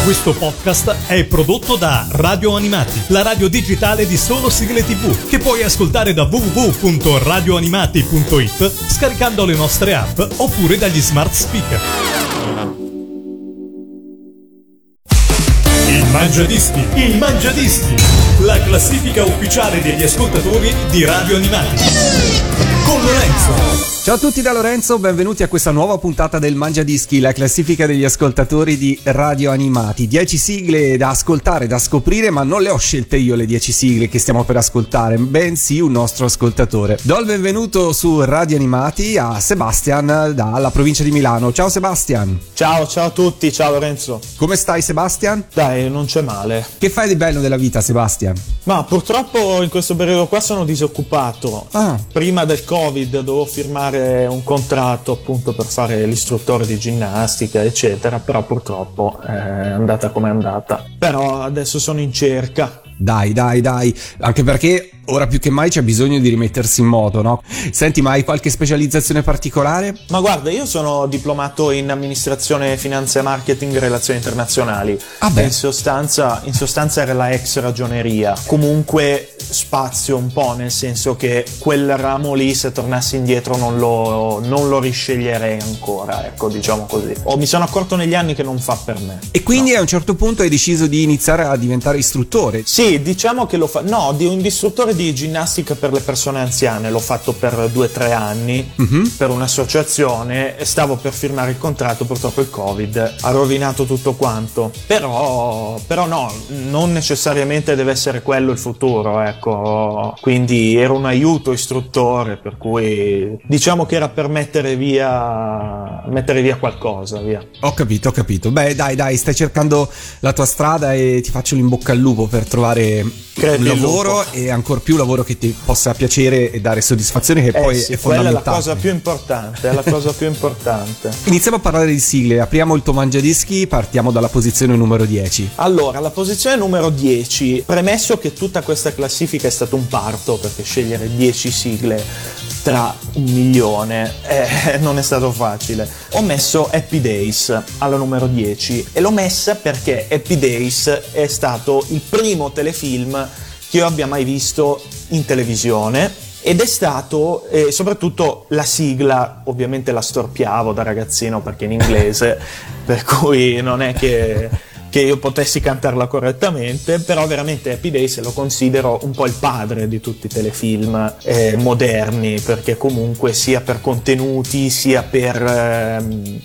Questo podcast è prodotto da Radio Animati, la radio digitale di solo sigle TV, che puoi ascoltare da www.radioanimati.it scaricando le nostre app oppure dagli smart speaker. Il Mangiadischi, la classifica ufficiale degli ascoltatori di Radio Animati. Con Lorenzo. Ciao a tutti da Lorenzo, benvenuti a questa nuova puntata del Mangiadischi, la classifica degli ascoltatori di Radio Animati. 10 sigle da ascoltare, da scoprire, ma non le ho scelte io le 10 sigle che stiamo per ascoltare, bensì un nostro ascoltatore. Do il benvenuto su Radio Animati a Sebastian dalla provincia di Milano. Ciao Sebastian. Ciao a tutti, ciao Lorenzo. Come stai Sebastian? Dai, non c'è male. Che fai di bello della vita Sebastian? Ma purtroppo in questo periodo qua sono disoccupato. Prima del Covid dovevo firmare un contratto appunto per fare l'istruttore di ginnastica eccetera, però purtroppo è andata come è andata. Però adesso sono in cerca. Dai, anche perché ora più che mai c'è bisogno di rimettersi in moto, no? Senti, ma hai qualche specializzazione particolare? Ma guarda, io sono diplomato in amministrazione, finanza e marketing, relazioni internazionali. In sostanza era la ex ragioneria. Comunque spazio un po', nel senso che quel ramo lì, se tornassi indietro non lo risceglierei ancora, ecco, diciamo così. Mi sono accorto negli anni che non fa per me. E quindi a un certo punto hai deciso di iniziare a diventare istruttore? Sì, diciamo che di un istruttore di ginnastica per le persone anziane. L'ho fatto per 2-3 anni per un'associazione e stavo per firmare il contratto, purtroppo il Covid ha rovinato tutto quanto. Però no, non necessariamente deve essere quello il futuro, ecco. Quindi era un aiuto istruttore, per cui diciamo che era per mettere via qualcosa, via. Ho capito. Beh, dai, stai cercando la tua strada e ti faccio l'in bocca al lupo per trovare un lavoro e ancor più lavoro che ti possa piacere e dare soddisfazione, che poi sì, è fondamentale. Quella è la cosa più importante, Iniziamo a parlare di sigle, apriamo il tuo Mangiadischi, partiamo dalla posizione numero 10. Allora, la posizione numero 10, premesso che tutta questa classifica è stato un parto, perché scegliere 10 sigle tra 1 milione non è stato facile. Ho messo Happy Days alla numero 10 e l'ho messa perché Happy Days è stato il primo telefilm che io abbia mai visto in televisione ed è stato soprattutto la sigla, ovviamente la storpiavo da ragazzino perché in inglese per cui non è che io potessi cantarla correttamente, però veramente Happy Days lo considero un po' il padre di tutti i telefilm moderni, perché comunque sia per contenuti sia per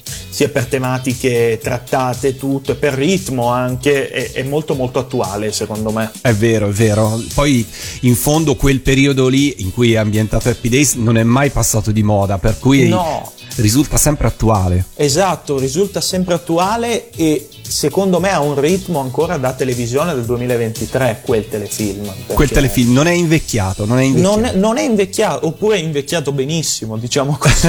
tematiche trattate, tutto, e per ritmo anche è molto molto attuale secondo me. È vero. Poi in fondo quel periodo lì in cui è ambientato Happy Days non è mai passato di moda, per cui risulta sempre attuale. Esatto, risulta sempre attuale e secondo me ha un ritmo ancora da televisione del 2023 quel telefilm. Quel telefilm non è invecchiato. Non è invecchiato, oppure è invecchiato benissimo, diciamo così.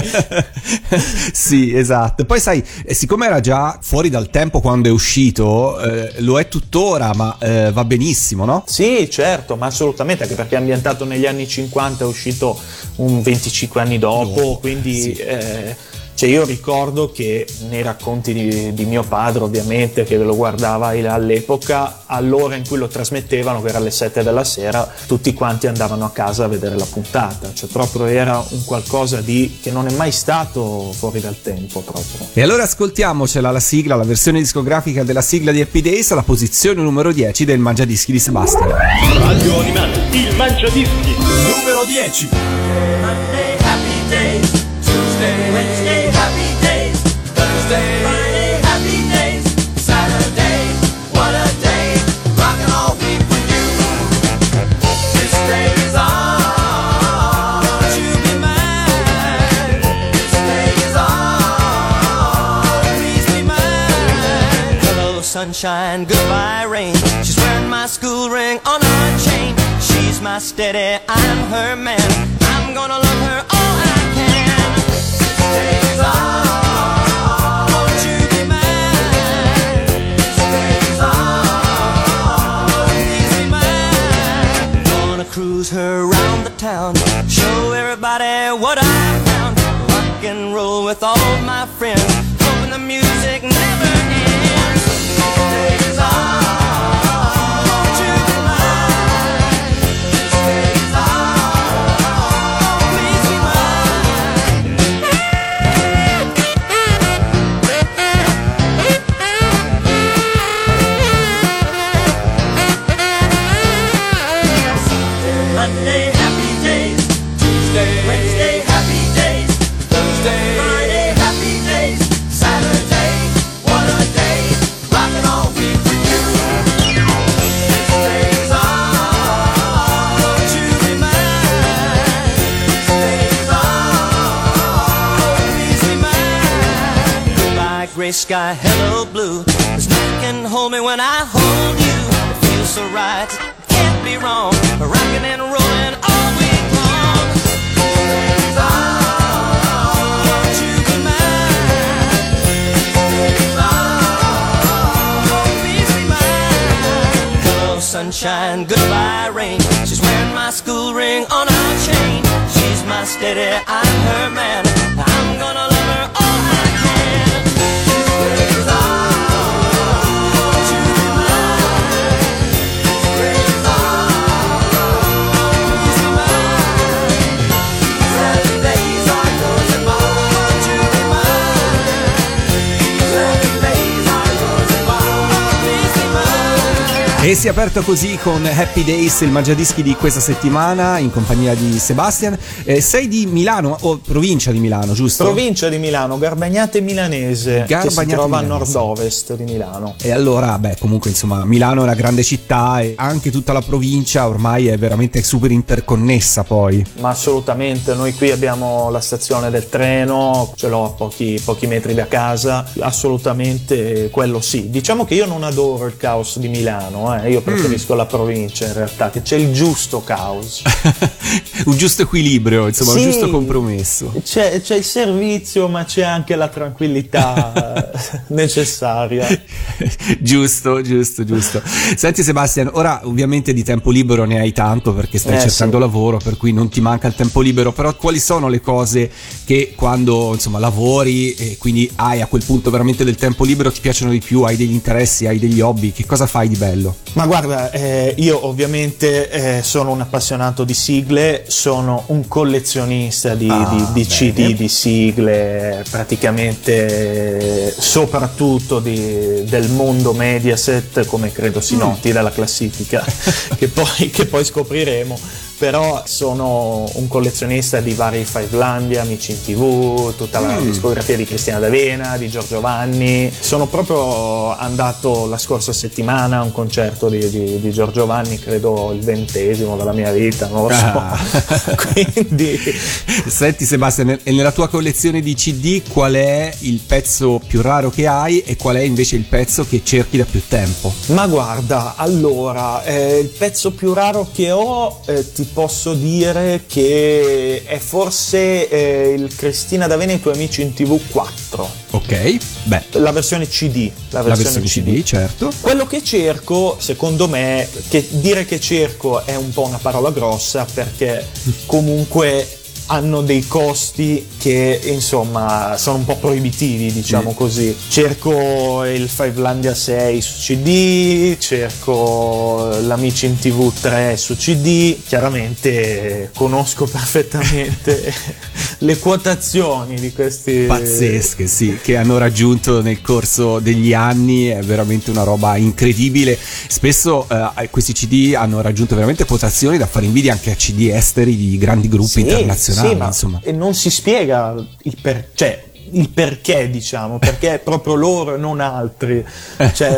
Sì, esatto. Poi sai, siccome era già fuori dal tempo quando è uscito, lo è tuttora, ma va benissimo, no? Sì, certo, ma assolutamente, anche perché è ambientato negli anni 50, è uscito 25 anni dopo, quindi sì. Cioè io ricordo che nei racconti di mio padre, ovviamente, che lo guardava all'epoca, all'ora in cui lo trasmettevano, che era alle 7 della sera, tutti quanti andavano a casa a vedere la puntata, cioè proprio era un qualcosa che non è mai stato fuori dal tempo proprio. E allora ascoltiamocela la sigla, la versione discografica della sigla di Happy Days, alla posizione numero 10 del Mangiadischi di Sebastian. Radio Animati, il Mangiadischi numero 10. Monday, happy days. Tuesday, Wednesday, happy days. Thursday, Friday, happy days. Saturday, what a day. Rockin' all week with you. This day is ours. You be mine. This day is ours. Please be mine. Hello, sunshine. Goodbye, rain. She's wearing my school ring on her chain. She's my steady, I'm her man. I'm gonna love her all I can. This day is ours. Won't you be mine? This day is ours. Please be mine. Gonna cruise her around the town, show everybody what I found. Rock and roll with all my friends, hoping the music never ends. sky hello blue. There's nothing can hold me when I hold you. It feels so right, it can't be wrong. Rocking and rolling all week long. Please, won't you be mine? Please be mine. Hello sunshine, goodbye rain. She's wearing my school ring on her chain. She's my steady, I'm her man. I'm gonna love her all I can. Please, won't you be mine? Please, please be mine. These days are yours and mine. Won't you be mine? These days are yours and mine. Please be mine. E si è aperto così con Happy Days, il mangiadischi di questa settimana in compagnia di Sebastian. Sei di Milano o provincia di Milano, giusto? Provincia di Milano, Garbagnate Milanese, che si trova a nord-ovest di Milano. E allora, comunque insomma, Milano è una grande città e anche tutta la provincia ormai è veramente super interconnessa poi. Ma assolutamente, noi qui abbiamo la stazione del treno, ce l'ho a pochi metri da casa, assolutamente quello sì. Diciamo che io non adoro il caos di Milano, io preferisco la provincia in realtà, che c'è il giusto caos. Un giusto equilibrio, insomma, Sì, un giusto compromesso. C'è il servizio, ma c'è anche la tranquillità necessaria. Giusto. Senti Sebastian, ora ovviamente di tempo libero ne hai tanto perché stai cercando lavoro, per cui non ti manca il tempo libero, però quali sono le cose che quando insomma lavori e quindi hai a quel punto veramente del tempo libero ti piacciono di più, hai degli interessi, hai degli hobby, che cosa fai di bello? Ma guarda, io ovviamente sono un appassionato di sigle, sono un collezionista di CD, di sigle, praticamente soprattutto del mondo Mediaset, come credo si noti dalla classifica che poi scopriremo. Però sono un collezionista di vari Fivelandia, Amici in TV, tutta la discografia di Cristina D'Avena, di Giorgio Vanni. Sono proprio andato la scorsa settimana a un concerto di Giorgio Vanni, credo il 20° della mia vita, non lo so. Quindi senti Sebastian, e nella tua collezione di CD qual è il pezzo più raro che hai e qual è invece il pezzo che cerchi da più tempo? Ma guarda, allora, il pezzo più raro che ho, ti posso dire che è forse il Cristina D'Avena e i tuoi amici in TV 4. Ok, la versione CD. La versione CD, certo. Quello che cerco, secondo me, che dire che cerco è un po' una parola grossa, perché comunque hanno dei costi che insomma sono un po' proibitivi, diciamo così. Cerco il Fivelandia 6 su CD, cerco l'Amici in TV 3 su CD. Chiaramente conosco perfettamente le quotazioni di questi pazzesche, sì, che hanno raggiunto nel corso degli anni, è veramente una roba incredibile. Spesso questi CD hanno raggiunto veramente quotazioni da fare invidia anche a CD esteri di grandi gruppi internazionali. Sì, ma insomma. E non si spiega il perché, diciamo, perché proprio loro e non altri, cioè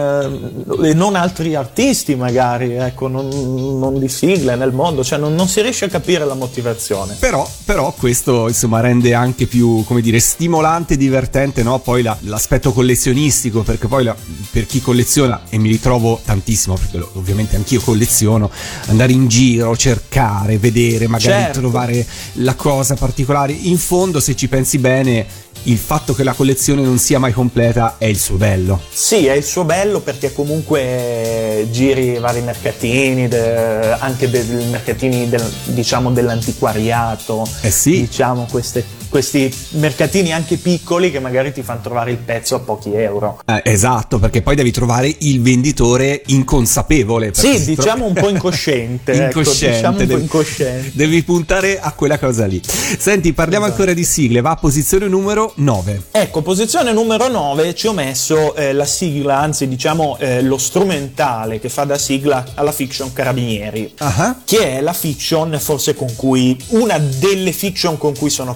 non altri artisti magari, ecco, non di sigle nel mondo, cioè non si riesce a capire la motivazione. Però questo insomma rende anche più, come dire, stimolante e divertente, no? Poi l'aspetto collezionistico, perché poi per chi colleziona, e mi ritrovo tantissimo perché ovviamente anch'io colleziono, andare in giro, cercare, vedere, magari trovare la cosa particolare, in fondo se ci pensi bene il fatto che la collezione non sia mai completa è il suo bello. Sì, è il suo bello, perché comunque giri vari mercatini, anche mercatini diciamo dell'antiquariato, diciamo questi mercatini anche piccoli che magari ti fanno trovare il pezzo a pochi euro. Esatto, perché poi devi trovare il venditore inconsapevole. Sì, diciamo un po' incosciente. Diciamo un po' incosciente. Devi puntare a quella cosa lì. Senti, parliamo ancora di sigle, va a posizione numero 9. Ecco, posizione numero 9 ci ho messo la sigla, anzi diciamo lo strumentale che fa da sigla alla fiction Carabinieri, che è la fiction forse una delle fiction con cui sono cresciuto.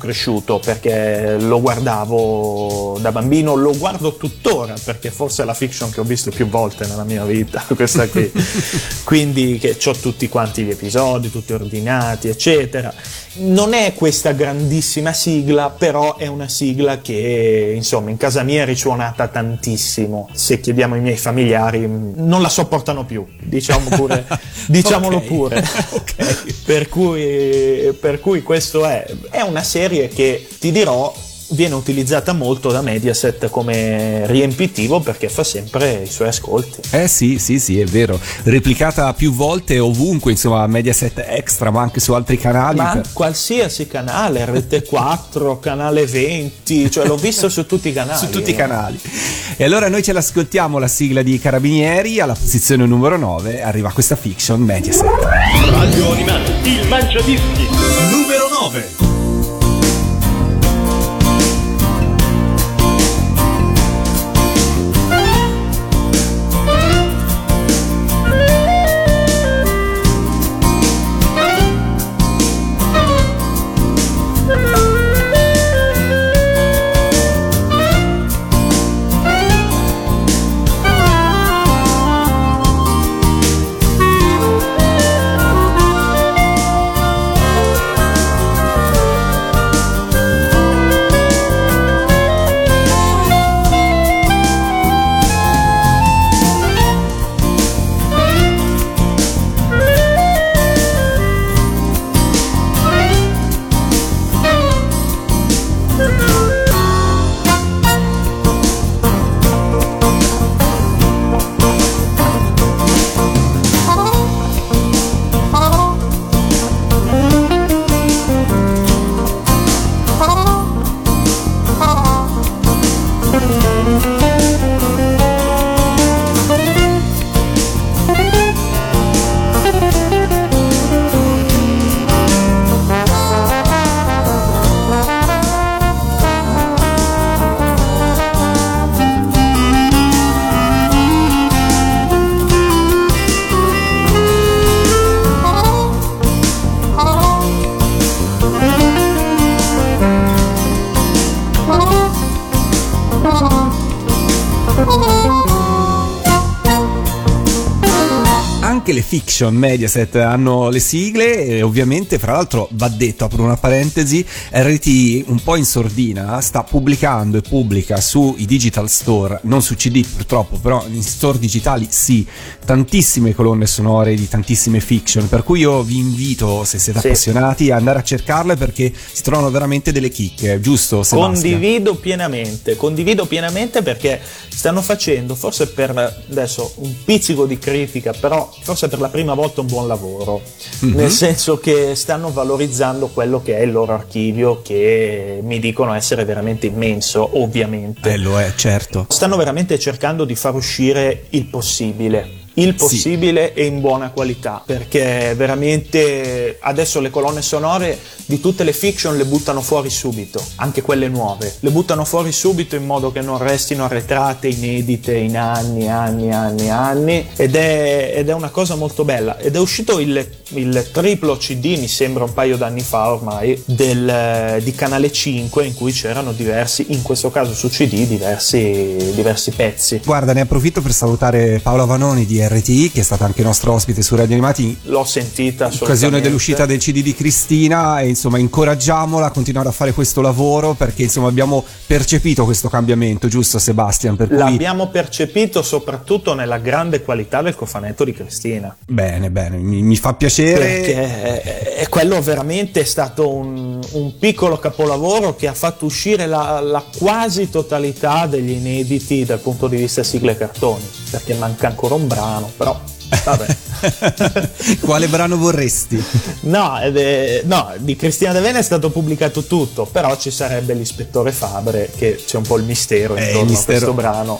piaciuto perché lo guardavo da bambino, lo guardo tuttora perché forse è la fiction che ho visto più volte nella mia vita, questa qui. Quindi che ho tutti quanti gli episodi, tutti ordinati, eccetera. Non è questa grandissima sigla, però è una sigla che insomma in casa mia è risuonata tantissimo. Se chiediamo ai miei familiari non la sopportano più, diciamo pure, diciamolo pure. Ok. Per cui questo è una serie che, ti dirò, viene utilizzata molto da Mediaset come riempitivo perché fa sempre i suoi ascolti. Sì, è vero. Replicata più volte ovunque, insomma, Mediaset Extra, ma anche su altri canali. Ma qualsiasi canale, Rete 4, Canale 20, cioè l'ho visto su tutti i canali. Su tutti i canali. E allora noi ce l'ascoltiamo, la sigla di Carabinieri. Alla posizione numero 9 arriva questa fiction Mediaset. Radio Animati, il Mangiadischi, numero 9. Anche le fiction Mediaset hanno le sigle e ovviamente, fra l'altro, va detto, apro una parentesi, RTI un po' in sordina sta pubblicando e pubblica sui digital store, non su CD purtroppo, però in store digitali sì, tantissime colonne sonore di tantissime fiction, per cui io vi invito, se siete appassionati, a andare a cercarle perché si trovano veramente delle chicche, giusto Sebastian? Condivido pienamente perché stanno facendo, forse per adesso un pizzico di critica, però forse per la prima volta un buon lavoro, nel senso che stanno valorizzando quello che è il loro archivio, che mi dicono essere veramente immenso, ovviamente. Lo è, certo. Stanno veramente cercando di far uscire il possibile e in buona qualità, perché veramente adesso le colonne sonore di tutte le fiction le buttano fuori subito, anche quelle nuove, le buttano fuori subito in modo che non restino arretrate, inedite in anni, ed è una cosa molto bella. Ed è uscito il triplo CD, mi sembra un paio d'anni fa ormai, di Canale 5, in cui c'erano diversi, in questo caso su CD, diversi pezzi. Guarda, ne approfitto per salutare Paola Vanoni di RTI, che è stata anche nostra ospite su Radio Animati. L'ho sentita assolutamente. In occasione dell'uscita del CD di Cristina, e insomma incoraggiamola a continuare a fare questo lavoro, perché insomma abbiamo percepito questo cambiamento, giusto Sebastian? Per cui... L'abbiamo percepito soprattutto nella grande qualità del cofanetto di Cristina. Bene, mi fa piacere. Perché quello veramente è stato un piccolo capolavoro che ha fatto uscire la quasi totalità degli inediti dal punto di vista sigle e cartoni, perché manca ancora un brano, però vabbè. Quale brano vorresti? No, di Cristina D'Avena è stato pubblicato tutto, però ci sarebbe l'ispettore Fabre, che c'è un po' il mistero intorno a questo brano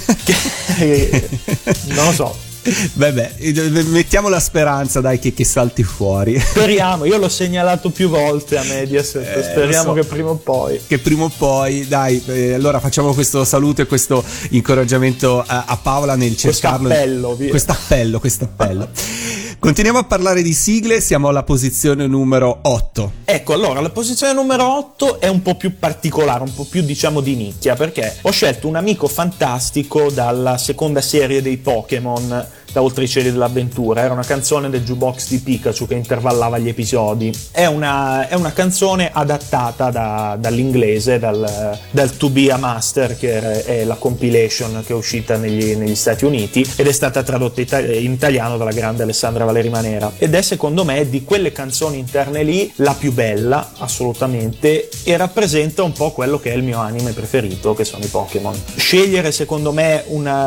che non lo so. Beh, mettiamo la speranza, dai, che salti fuori. Speriamo, io l'ho segnalato più volte a Mediaset, speriamo che prima o poi. Dai, allora facciamo questo saluto e questo incoraggiamento a Paola nel cercarlo. Questo appello. Continuiamo a parlare di sigle, siamo alla posizione numero 8. Ecco, allora, la posizione numero 8 è un po' più particolare, un po' più diciamo di nicchia, perché ho scelto un amico fantastico dalla seconda serie dei Pokémon, da Oltre i cieli dell'avventura. Era una canzone del jukebox di Pikachu che intervallava gli episodi. È una canzone adattata dall'inglese, dal To Be a Master, che è la compilation che è uscita negli Stati Uniti ed è stata tradotta in italiano dalla grande Alessandra Valeri Manera, ed è secondo me di quelle canzoni interne lì la più bella assolutamente, e rappresenta un po' quello che è il mio anime preferito, che sono i Pokémon. Scegliere secondo me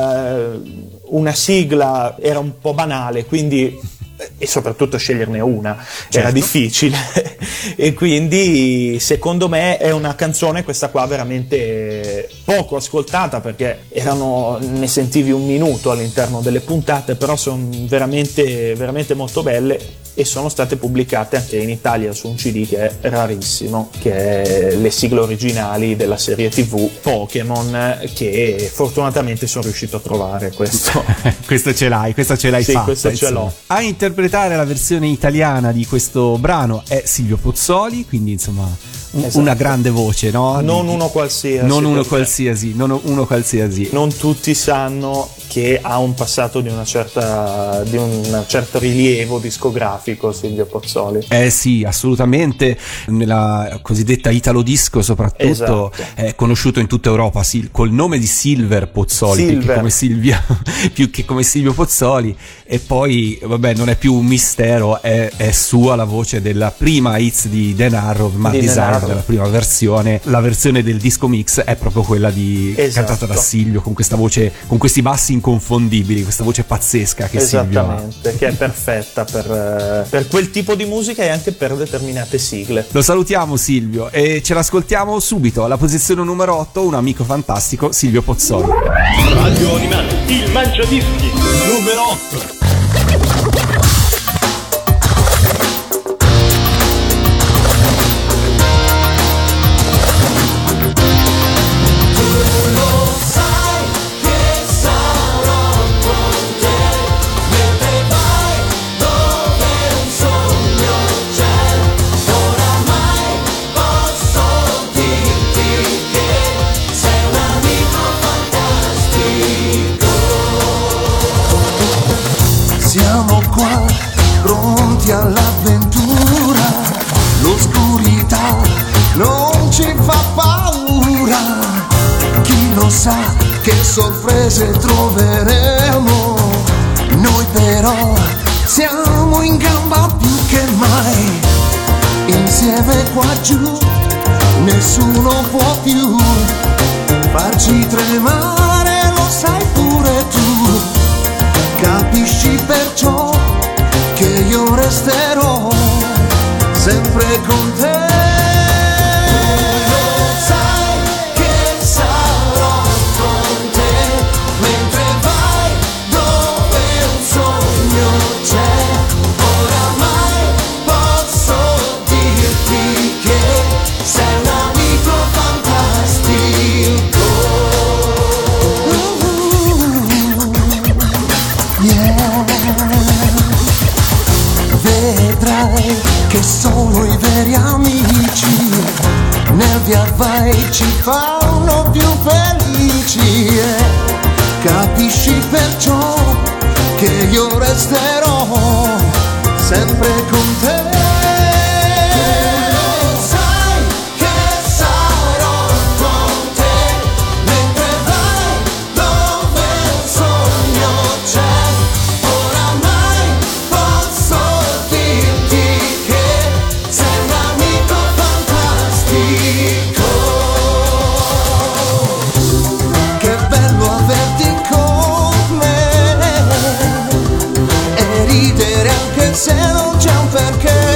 una sigla era un po' banale, quindi, e soprattutto sceglierne una era difficile e quindi secondo me è una canzone, questa qua, veramente poco ascoltata, perché ne sentivi un minuto all'interno delle puntate, però sono veramente veramente molto belle, e sono state pubblicate anche in Italia su un CD che è rarissimo, che è le sigle originali della serie TV Pokémon, che fortunatamente sono riuscito a trovare. Questo ce l'hai sì, fatta, questo insomma. ce l'ho. A interpretare la versione italiana di questo brano è Silvio Pozzoli, quindi insomma Esatto. una grande voce, no? Non uno qualsiasi. Non uno qualsiasi. Non tutti sanno che ha un passato di un certo rilievo discografico, Silvio Pozzoli. Sì, assolutamente, nella cosiddetta Italo Disco soprattutto, esatto. È conosciuto in tutta Europa col nome di Silver Pozzoli, più che come Silvia, più che come Silvio Pozzoli, e poi vabbè, non è più un mistero, è sua la voce della prima hits di Dan Arrow, Mad Desire, della prima versione. La versione del disco mix è proprio quella cantata da Silvio, con questa voce, con questi bassi inconfondibili, questa voce pazzesca che Silvio ha. Esattamente, che è perfetta per quel tipo di musica e anche per determinate sigle. Lo salutiamo Silvio e ce l'ascoltiamo subito. Alla posizione numero 8 un amico fantastico, Silvio Pozzoli. Radio Animati, il Mangiadischi numero 8. Siamo qua, pronti all'avventura, l'oscurità non ci fa paura, chi lo sa che sorprese troveremo, noi però siamo in gamba più che mai, insieme qua giù, nessuno può più farci tremare, lo sai pure tu. Capisci perciò che io resterò sempre con te. Sai che sarò con te mentre vai dove un sogno c'è. Oramai posso dirti che sei un amico fantastico. Vedrai che sono i veri amici, nel via vai ci fanno più felici, capisci perciò che io resterò sempre con te. Se non c'è un perché,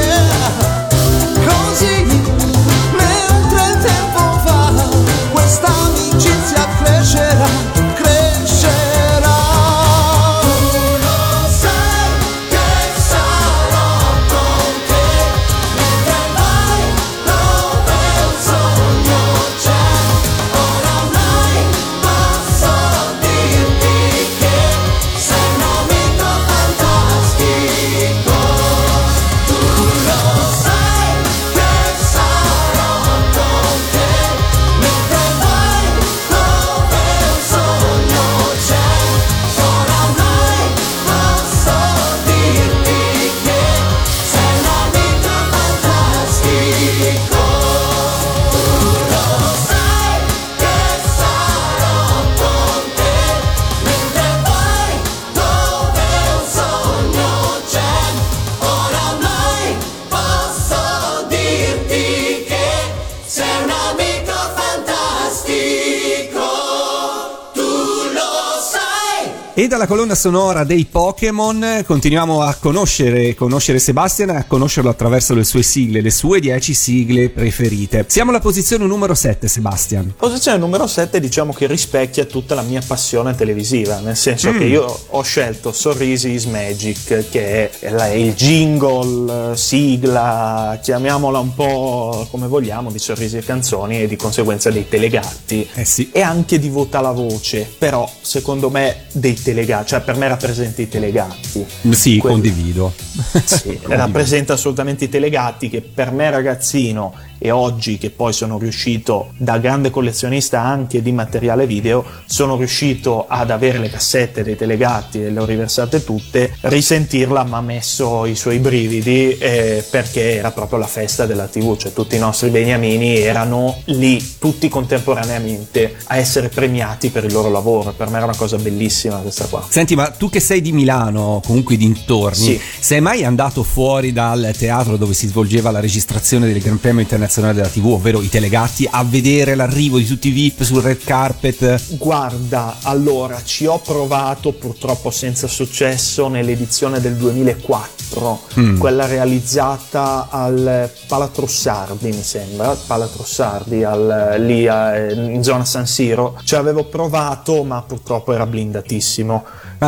E dalla colonna sonora dei Pokémon continuiamo a conoscere Sebastian e a conoscerlo attraverso le sue sigle, le sue 10 sigle preferite. Siamo alla posizione numero 7, Sebastian. Posizione numero 7, diciamo che rispecchia tutta la mia passione televisiva, nel senso che io ho scelto Sorrisi is Magic, che è il jingle, sigla, chiamiamola un po' come vogliamo, di Sorrisi e Canzoni, e di conseguenza dei Telegatti. Sì. E anche di Vota la Voce, però secondo me dei Telegatti, cioè per me rappresenta i Telegatti. Sì, condivido. Sì, rappresenta assolutamente i Telegatti, che per me ragazzino e oggi che poi sono riuscito, da grande collezionista anche di materiale video, sono riuscito ad avere le cassette dei Telegatti e le ho riversate tutte. Risentirla mi ha messo i suoi brividi, perché era proprio la festa della TV, cioè tutti i nostri beniamini erano lì tutti contemporaneamente a essere premiati per il loro lavoro. Per me era una cosa bellissima questa qua. Senti, ma tu che sei di Milano, comunque dintorni, Sì. sei mai andato fuori dal teatro dove si svolgeva la registrazione del Gran Premio Internazionale della TV, ovvero i Telegatti, a vedere l'arrivo di tutti i VIP sul red carpet? Guarda, allora ci ho provato, purtroppo senza successo, nell'edizione del 2004, quella realizzata al Palatrussardi, mi sembra, Palatrussardi, lì in zona San Siro. Ci avevo provato, ma purtroppo era blindatissimo.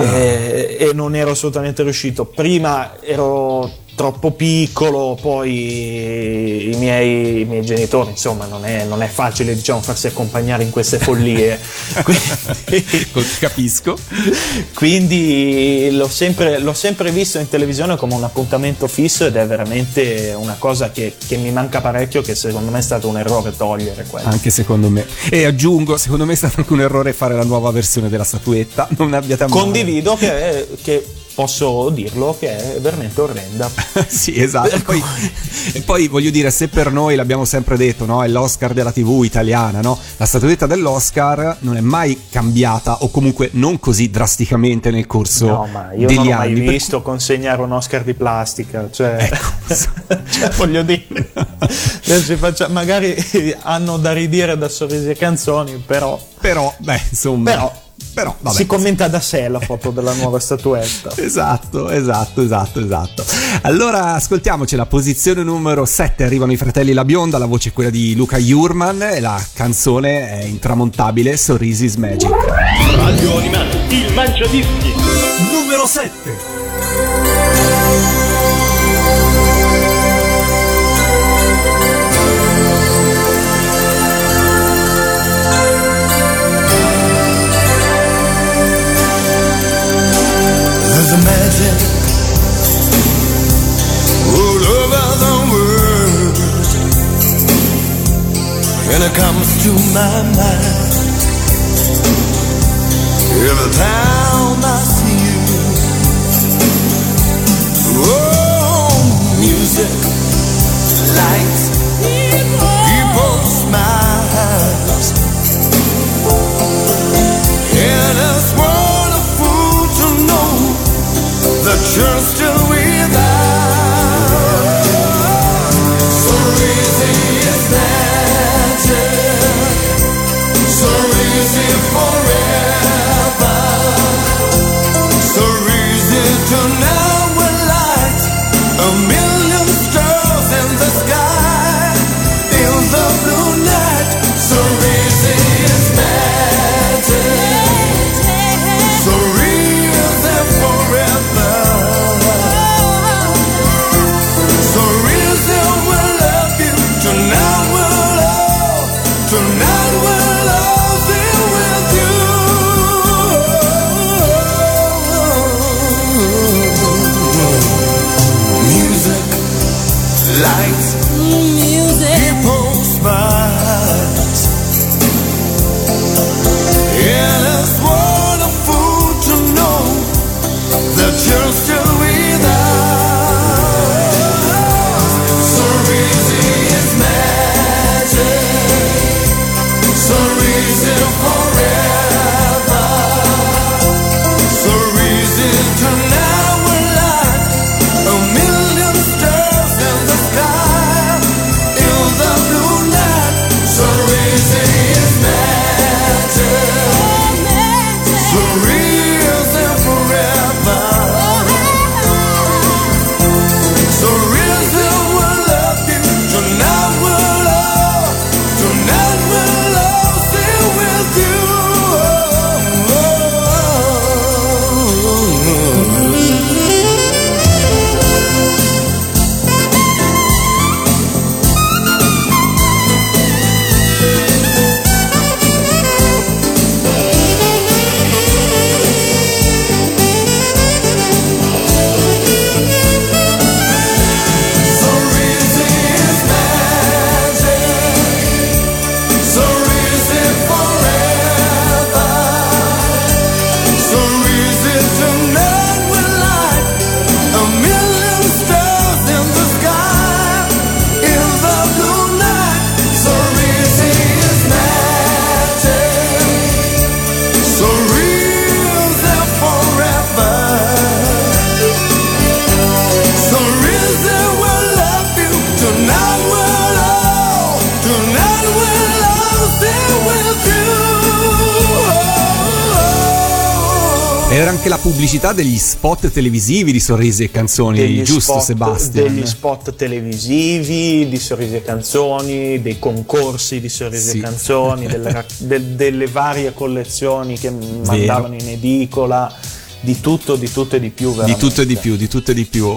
E non ero assolutamente riuscito. Prima ero troppo piccolo, poi i miei genitori, insomma, non è facile, diciamo, farsi accompagnare in queste follie. Capisco. Quindi l'ho sempre visto in televisione come un appuntamento fisso, ed è veramente una cosa che mi manca parecchio, che secondo me è stato un errore togliere quello. Anche secondo me. E aggiungo, secondo me è stato anche un errore fare la nuova versione della statuetta. Non abbiate a male. Condivido che posso dirlo, che è veramente orrenda. Sì, esatto. E poi voglio dire, se per noi l'abbiamo sempre detto, no? È l'Oscar della TV italiana, no? La statuetta dell'Oscar non è mai cambiata, o comunque non così drasticamente nel corso degli anni. No, ma io non ho mai visto consegnare un Oscar di plastica, cioè, cioè voglio dire, magari hanno da ridire da Sorrisi e Canzoni, però beh, insomma. Però vabbè. Si commenta da sé la foto della nuova statuetta. Esatto. Allora ascoltiamoci la posizione numero 7, arrivano i fratelli La Bionda, la voce è quella di Luca Jurman e la canzone è intramontabile, Sorrisi is Magic. Radio Animati, il Mangiadischi, numero 7. There's a magic all over the world, and it comes to my mind every time I see you. Oh, music, lights, people's smiles, and it's wonderful to know that you're still with us. So easy is magic, so easy forever. Era anche la pubblicità degli spot televisivi di Sorrisi e Canzoni, degli giusto spot, Sebastian? degli spot televisivi di Sorrisi e Canzoni, dei concorsi di Sorrisi Sì. e Canzoni, delle varie collezioni che mandavano in edicola, di tutto e di più, veramente. Di tutto e di più.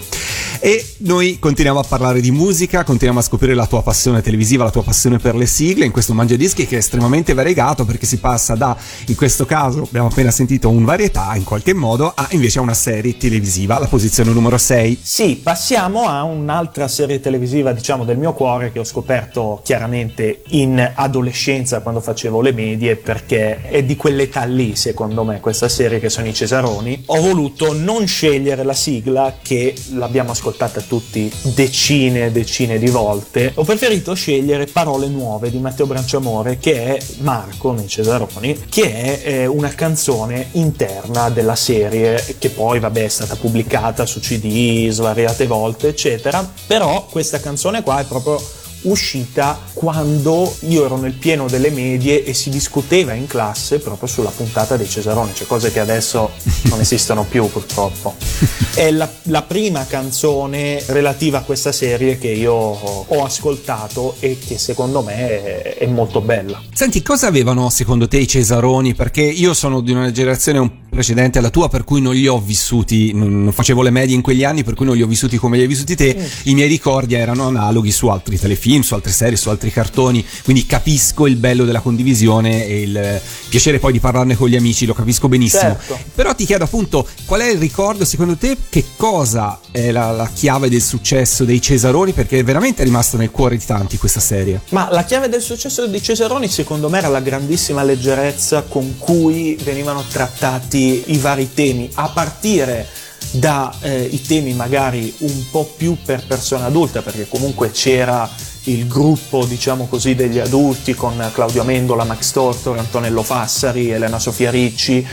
E noi continuiamo a parlare di musica, continuiamo a scoprire la tua passione televisiva, la tua passione per le sigle in questo Mangiadischi che è estremamente variegato, perché si passa da, in questo caso abbiamo appena sentito un varietà in qualche modo, a invece a una serie televisiva, la posizione numero 6. Sì, passiamo a un'altra serie televisiva, diciamo, del mio cuore, che ho scoperto chiaramente in adolescenza, quando facevo le medie, perché è di quell'età lì, secondo me, questa serie, che sono i Cesaroni. Ho voluto non scegliere la sigla, che l'abbiamo ascoltata tutti decine di volte. Ho preferito scegliere Parole Nuove di Matteo Branciamore, che è Marco nei Cesaroni, che è una canzone interna della serie, che poi vabbè è stata pubblicata su CD svariate volte eccetera, però questa canzone qua è proprio uscita quando io ero nel pieno delle medie e si discuteva in classe proprio sulla puntata dei Cesaroni, cioè cose che adesso non esistono più purtroppo. È la prima canzone relativa a questa serie che io ho ascoltato e che secondo me è molto bella. Senti, cosa avevano secondo te i Cesaroni? Perché io sono di una generazione un precedente alla tua, per cui non li ho vissuti, non facevo le medie in quegli anni, per cui non li ho vissuti come li hai vissuti te. I miei ricordi erano analoghi su altri telefilm, su altre serie, su altri cartoni, quindi capisco il bello della condivisione e il piacere poi di parlarne con gli amici, lo capisco benissimo. Certo. Però ti chiedo appunto, qual è il ricordo secondo te, che cosa è la chiave del successo dei Cesaroni, perché è veramente rimasta nel cuore di tanti questa serie. Ma la chiave del successo dei Cesaroni secondo me era la grandissima leggerezza con cui venivano trattati i vari temi, a partire da i temi magari un po' più per persone adulte, perché comunque c'era il gruppo, diciamo così, degli adulti con Claudio Amendola, Max Tortor, Antonello Fassari, Elena Sofia Ricci,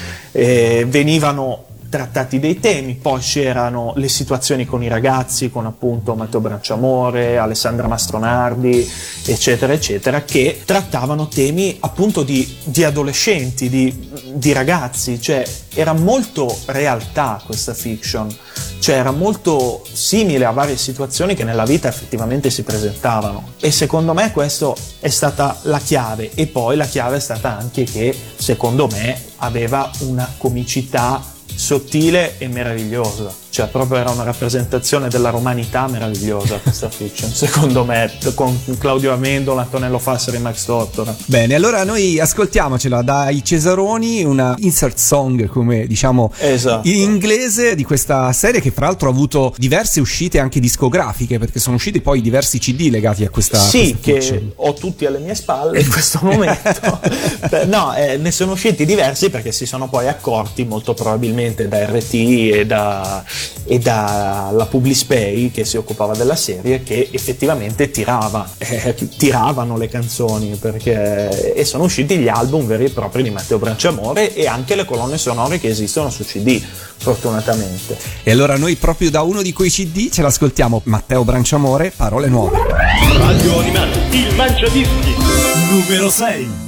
venivano trattati dei temi, poi c'erano le situazioni con i ragazzi, con appunto Matteo Branciamore, Alessandra Mastronardi, eccetera eccetera, che trattavano temi appunto di adolescenti, di ragazzi, cioè era molto realtà questa fiction, cioè era molto simile a varie situazioni che nella vita effettivamente si presentavano, e secondo me questo è stata la chiave. E poi la chiave è stata anche che secondo me aveva una comicità sottile e meravigliosa, cioè proprio era una rappresentazione della romanità meravigliosa questa fiction, secondo me, con Claudio Amendola, Antonello Fassari e Max Tortora. Bene, allora noi ascoltiamocela dai Cesaroni, una insert song, come diciamo in inglese, di questa serie, che fra l'altro ha avuto diverse uscite anche discografiche, perché sono usciti poi diversi CD legati a questa Sì, questa che fiction. ho tutti alle mie spalle in questo momento. No, ne sono usciti diversi perché si sono poi accorti, molto probabilmente da RT e dalla Publispay, che si occupava della serie, che effettivamente tiravano le canzoni, e sono usciti gli album veri e propri di Matteo Branciamore e anche le colonne sonore che esistono su CD, fortunatamente. E allora noi proprio da uno di quei CD ce l'ascoltiamo, Matteo Branciamore, Parole Nuove. Radio Animati, il Mangiadischi numero 6.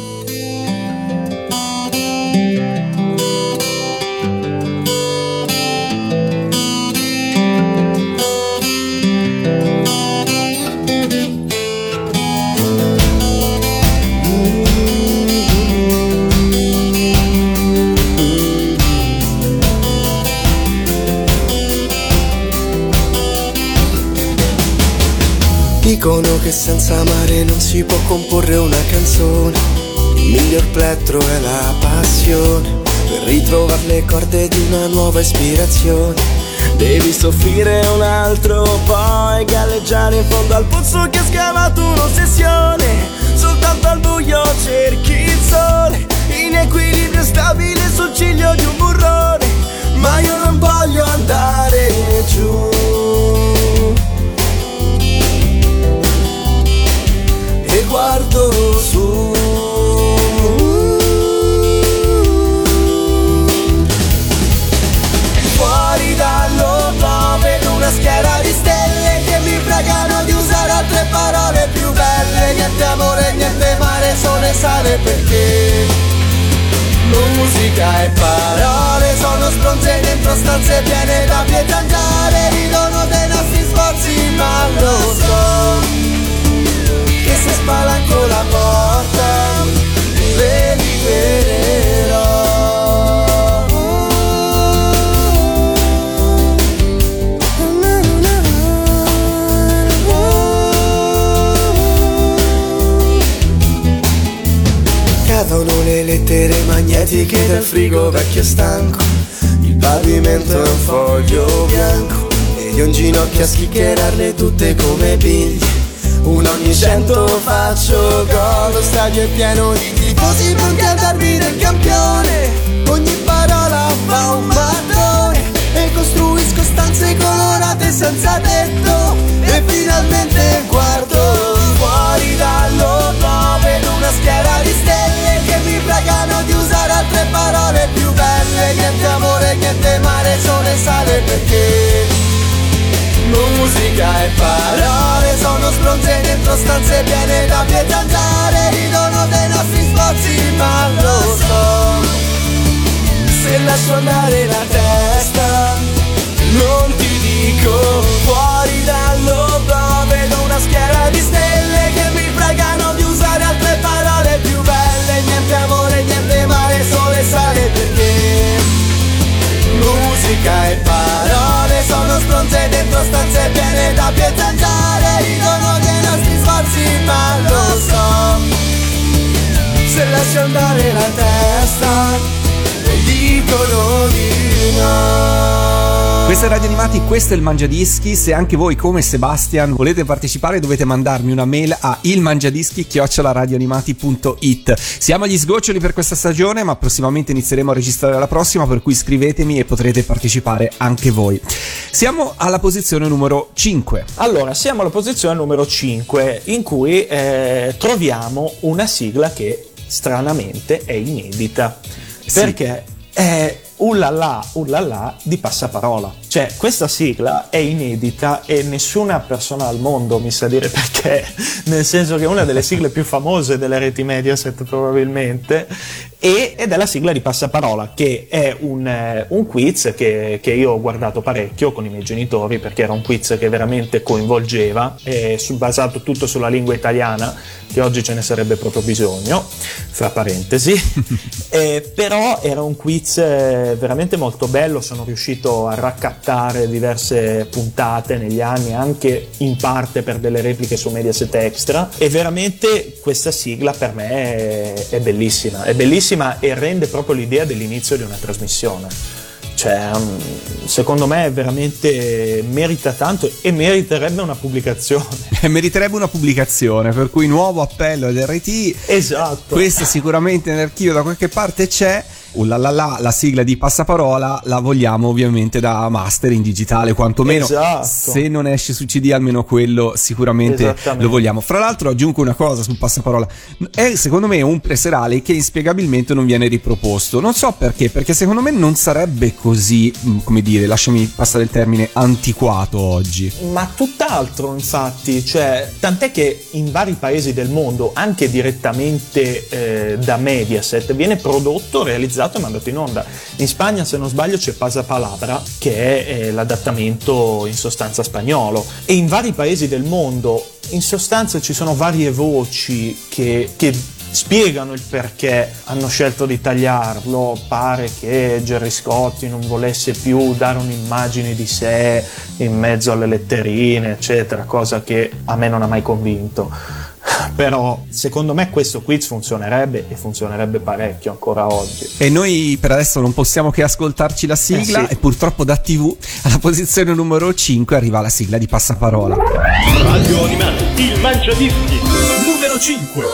Dicono che senza amare non si può comporre una canzone. Il miglior plettro è la passione. Per ritrovare le corde di una nuova ispirazione devi soffrire un altro, poi galleggiare in fondo al pozzo che ha scavato un'ossessione. Soltanto al buio cerchi il sole, in equilibrio stabile sul ciglio di un burrone. Ma io non voglio andare giù e guardo su. Fuori dall'orlo vedo una schiera di stelle che mi pregano di usare altre parole più belle. Niente amore, niente mare, sole e sale, perché Musica e parole sono spronze dentro stanze piene da pietangiare, ridono dei nostri sforzi, ma lo so che se spalanco la porta le libererò. Cadono le lettere magnetiche del frigo vecchio stanco, il pavimento è un foglio bianco e io in ginocchio a schiccherarle tutte come bigli. Una ogni 100 faccio gol, lo stadio è pieno di tifosi pronti a darmi del campione. Ogni parola fa un mattone e costruisco stanze colorate senza tetto. E finalmente guardo fuori dall'orlo, vedo una schiera di stelle che mi pregano di usare altre parole più belle. Niente amore, niente mare, sole e sale, perché musica e parole sono spronze dentro stanze piene da pietangiare, ridono dei nostri sforzi, ma lo so se lascio andare la testa non ti dico. Fuori dall'ombra vedo una schiera di stelle che mi pregano di usare altre parole più belle. Niente amore, niente mare, sole e sale, perché musica e parole sono spronze dentro stanze piene da pietangiare, ridono dei nostri sforzi, ma lo so se lascio andare la testa dicono di no. Questa è Radio Animati, questo è il Mangiadischi. Se anche voi come Sebastian volete partecipare dovete mandarmi una mail a ilmangiadischi@radioanimati.it. Siamo agli sgoccioli per questa stagione, ma prossimamente inizieremo a registrare la prossima, per cui scrivetemi e potrete partecipare anche voi. Siamo alla posizione numero 5. Allora, siamo alla posizione numero 5 in cui troviamo una sigla che stranamente è inedita. Sì. Perché è Ullala di Passaparola. Cioè, questa sigla è inedita e nessuna persona al mondo mi sa dire perché, nel senso che è una delle sigle più famose delle reti Mediaset probabilmente, ed è la sigla di Passaparola, che è un quiz che io ho guardato parecchio con i miei genitori, perché era un quiz che veramente coinvolgeva, basato tutto sulla lingua italiana, che oggi ce ne sarebbe proprio bisogno, fra parentesi. Però era un quiz veramente molto bello, sono riuscito a raccattare diverse puntate negli anni, anche in parte per delle repliche su Mediaset Extra, e veramente questa sigla per me è bellissima e rende proprio l'idea dell'inizio di una trasmissione. Cioè, secondo me veramente merita tanto e meriterebbe una pubblicazione. Meriterebbe una pubblicazione, per cui nuovo appello ad RT. Esatto. Questa sicuramente nell'archivio da qualche parte c'è. La sigla di Passaparola la vogliamo ovviamente da master in digitale, quantomeno. Esatto. Se non esce su CD almeno quello sicuramente lo vogliamo. Fra l'altro aggiungo una cosa su Passaparola: è secondo me un preserale che inspiegabilmente non viene riproposto. Non so perché secondo me non sarebbe così, come dire, lasciami passare il termine, antiquato oggi. Ma tutt'altro, infatti, cioè, tant'è che in vari paesi del mondo, anche direttamente da Mediaset, viene prodotto, realizzato e mandato in onda. In Spagna, se non sbaglio, c'è Pasapalabra, che è l'adattamento in sostanza spagnolo, e in vari paesi del mondo in sostanza ci sono varie voci che spiegano il perché hanno scelto di tagliarlo. Pare che Gerry Scotti non volesse più dare un'immagine di sé in mezzo alle letterine, eccetera, cosa che a me non ha mai convinto. Però secondo me questo quiz funzionerebbe, e funzionerebbe parecchio ancora oggi. E noi per adesso non possiamo che ascoltarci la sigla, sì. E purtroppo da TV alla posizione numero 5 arriva la sigla di Passaparola. Radio Animati, il Mangiadischi, numero 5.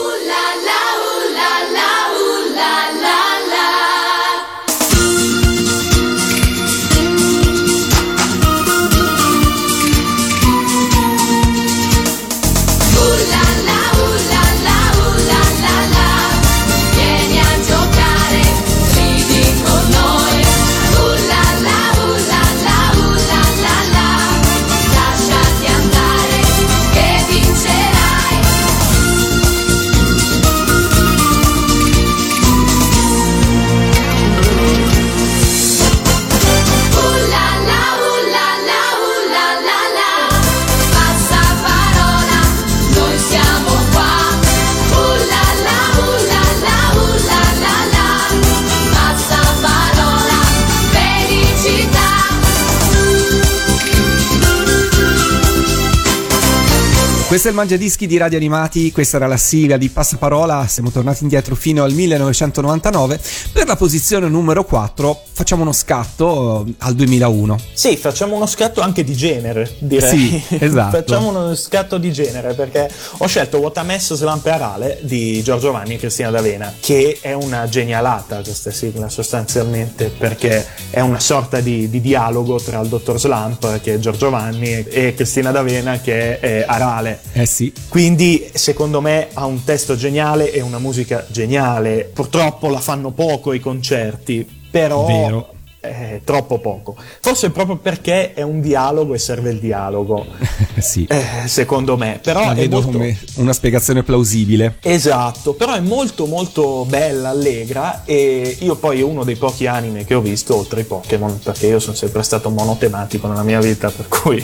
Questo è il Mangiadischi di Radio Animati, questa era la sigla di Passaparola, siamo tornati indietro fino al 1999, per la posizione numero 4 facciamo uno scatto al 2001. Sì, facciamo uno scatto anche di genere, direi. Sì, esatto. Facciamo uno scatto di genere perché ho scelto What a Mess Slampe Arale di Giorgio Vanni e Cristina D'Avena, che è una genialata questa sigla sostanzialmente, perché è una sorta di dialogo tra il dottor Slump, che è Giorgio Vanni, e Cristina D'Avena, che è Arale. Sì. Quindi secondo me ha un testo geniale e una musica geniale. Purtroppo la fanno poco i concerti, però Vero. è troppo poco. Forse proprio perché è un dialogo e serve il dialogo. Sì. Secondo me. Però La è vedo molto... come una spiegazione plausibile. Esatto, però è molto molto bella, allegra, e io poi è uno dei pochi anime che ho visto oltre ai Pokémon, perché io sono sempre stato monotematico nella mia vita, per cui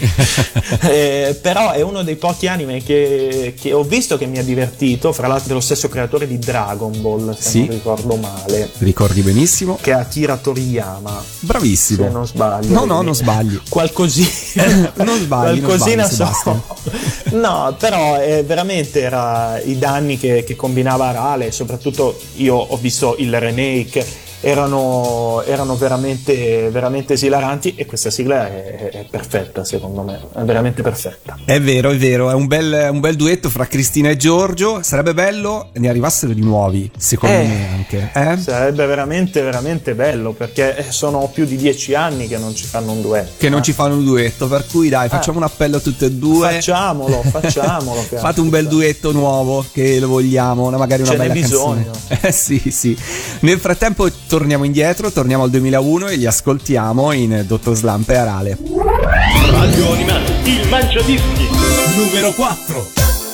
però è uno dei pochi anime che ho visto che mi ha divertito, fra l'altro dello stesso creatore di Dragon Ball, se Sì. non ricordo male, Ricordi benissimo. che è Akira Toriyama, Bravissimo. se non sbaglio. No, non sbagli. Qualcosina. Non sbagli, Qualcosina non sbagli, so. No, però veramente era i danni che combinava Arale, soprattutto io ho visto il remake, erano veramente, veramente esilaranti, e questa sigla è perfetta, secondo me, è veramente perfetta. È vero, è un bel duetto fra Cristina e Giorgio. Sarebbe bello ne arrivassero di nuovi, secondo me anche. Sarebbe veramente, veramente bello, perché sono più di 10 anni che non ci fanno un duetto. Che non ci fanno un duetto, per cui dai, facciamo un appello a tutte e due. Facciamolo. Fate un bel duetto nuovo, che lo vogliamo, magari una Ce n'è bella bisogno. canzone. Sì. Nel frattempo torniamo indietro, torniamo al 2001 e li ascoltiamo in Dottor Slump e Arale. Radio Animati, il Mangiadischi numero 4.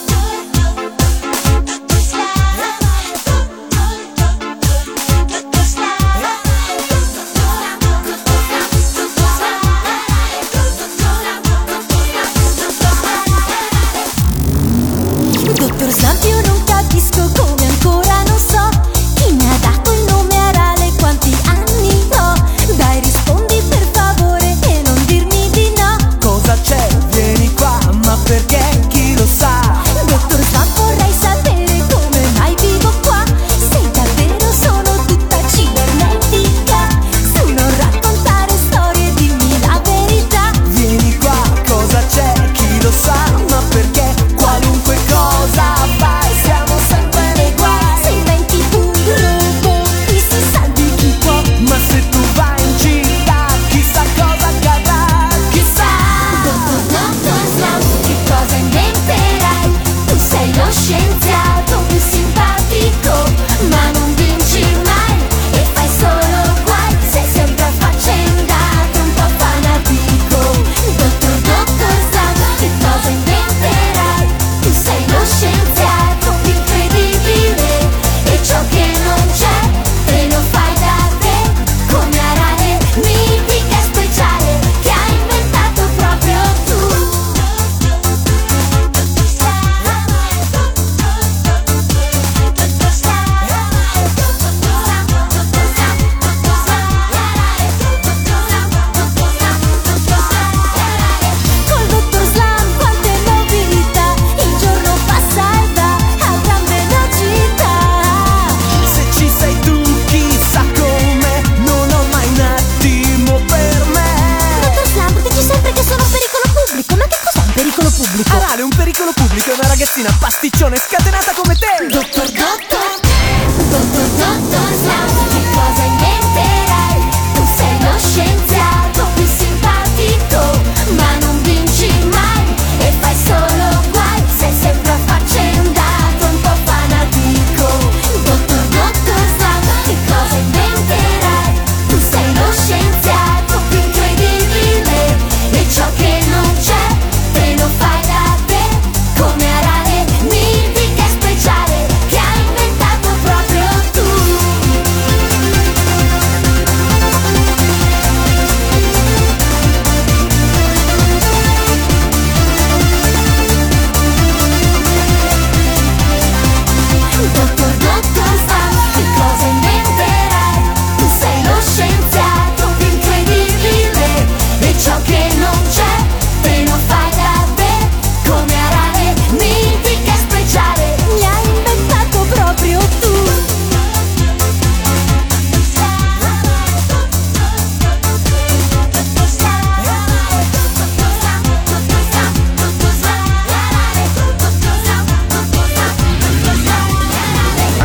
Dottor Slump, io non capisco come ancora non so chi mi ha dato il nome Arale, quanti anni ho. Dai, rispondi per favore e non dirmi di no. Cosa c'è? Vieni qua, ma perché? Chi lo sa? Dottor Slump, vorrei sapere come mai vivo qua. Se davvero sono tutta cibernetica, su non raccontare storie, dimmi la verità. Vieni qua, cosa c'è? Chi lo sa? Ma perché? Qualunque cosa fai, siamo sempre nei guai. Se va in TV, robotti, si salvi chi può. Ma se tu vai in città, chissà cosa accadrà, chissà. Dottor Slump, che cosa inventerai? Tu sei lo scienziato più simpatico, ma non vinci mai e fai solo guai. Sei sempre affaccendato, un po' fanatico. Dottor Slump, che cosa inventerai? Tu sei lo scienziato più incredibile, e ciò che non c'è te lo fai da te, come Arale, mitica e speciale, che hai inventato proprio tu. Col Dottor Slump quante novità, il giorno passa e va a gran velocità. Se ci sei tu, chissà come, non ho mai un attimo per me. Dottor Slump, dici sempre che sono un pericolo pubblico, ma che cos'è un pericolo pubblico? Arale, un pericolo pubblico, è una ragazzina pasticcione scatenata come te. Dottor Slump, che cosa inventerai? Tu sei lo scienziato più simpatico, ma non vinci mai e fai solo guai. Sei sempre affaccendato, un po' fanatico. Dottor Slump, che cosa inventerai? Tu sei lo scienziato più incredibile, e ciò che non c'è te lo fai da te, come Arale, mitica e speciale, che ha inventato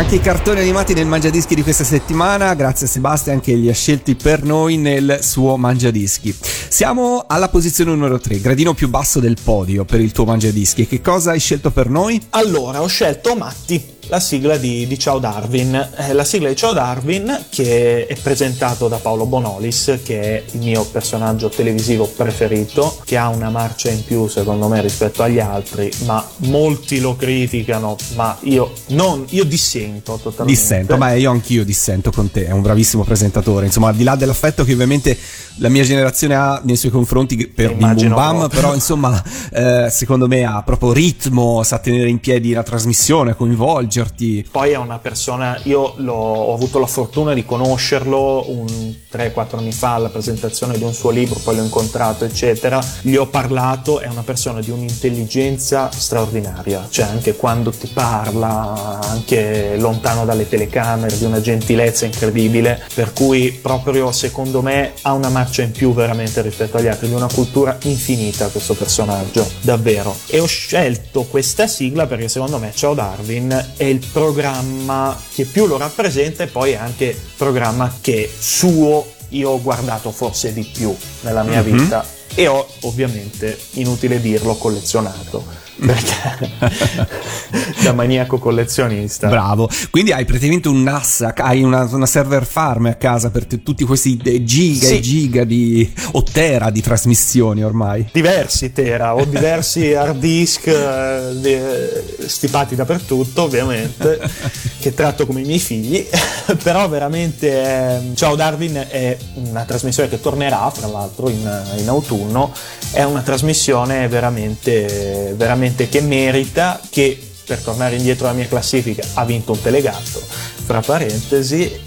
anche i cartoni animati nel Mangiadischi di questa settimana, grazie a Sebastian che li ha scelti per noi nel suo Mangiadischi. Siamo alla posizione numero 3, gradino più basso del podio per il tuo Mangiadischi. Che cosa hai scelto per noi? Allora, ho scelto Matti, la sigla di Ciao Darwin. La sigla di Ciao Darwin, che è presentato da Paolo Bonolis, che è il mio personaggio televisivo preferito, che ha una marcia in più secondo me rispetto agli altri, ma molti lo criticano, ma io dissento totalmente. Dissento, ma io anch'io dissento con te, è un bravissimo presentatore, insomma, al di là dell'affetto che ovviamente la mia generazione ha nei suoi confronti per Bim Bum Bam, però insomma secondo me ha proprio ritmo, sa tenere in piedi la trasmissione, coinvolgerti. Poi è una persona, io ho avuto la fortuna di conoscerlo 3-4 anni fa alla presentazione di un suo libro, poi l'ho incontrato eccetera, gli ho parlato, è una persona di un'intelligenza straordinaria, cioè anche quando ti parla, anche lontano dalle telecamere, di una gentilezza incredibile, per cui proprio secondo me ha una marcia in più veramente rispetto agli altri, di una cultura infinita questo personaggio, davvero. E ho scelto questa sigla perché secondo me Ciao Darwin è il programma che più lo rappresenta e poi è anche il programma che suo io ho guardato forse di più nella mia vita e ho ovviamente, inutile dirlo, collezionato. Perché da maniaco collezionista. Bravo, quindi hai praticamente un NAS, hai una server farm a casa per tutti questi giga e giga di o tera di trasmissioni ormai. Diversi tera o diversi hard disk stipati dappertutto ovviamente, che tratto come i miei figli. Però veramente Ciao Darwin è una trasmissione che tornerà fra l'altro in autunno, è una trasmissione veramente che merita, che per tornare indietro alla mia classifica ha vinto un telegatto fra parentesi,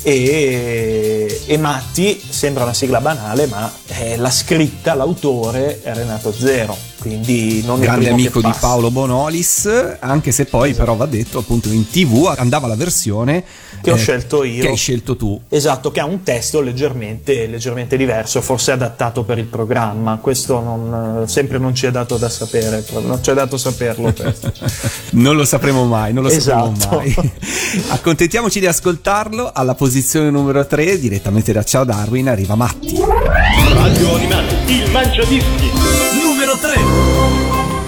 e Matti sembra una sigla banale, ma l'ha scritta, l'autore è Renato Zero, quindi non grande il primo amico che di passa. Paolo Bonolis, anche se poi però va detto appunto in TV andava la versione che ho scelto io, che hai scelto tu, esatto, che ha un testo leggermente diverso, forse adattato per il programma. Questo sempre non ci è dato da sapere, non ci è dato saperlo questo. non lo sapremo mai, Esatto. sapremo mai. Accontentiamoci di ascoltarlo. Alla posizione numero 3, direttamente da Ciao Darwin, arriva Matti. Radio Animati, il Mangiadischi numero 3.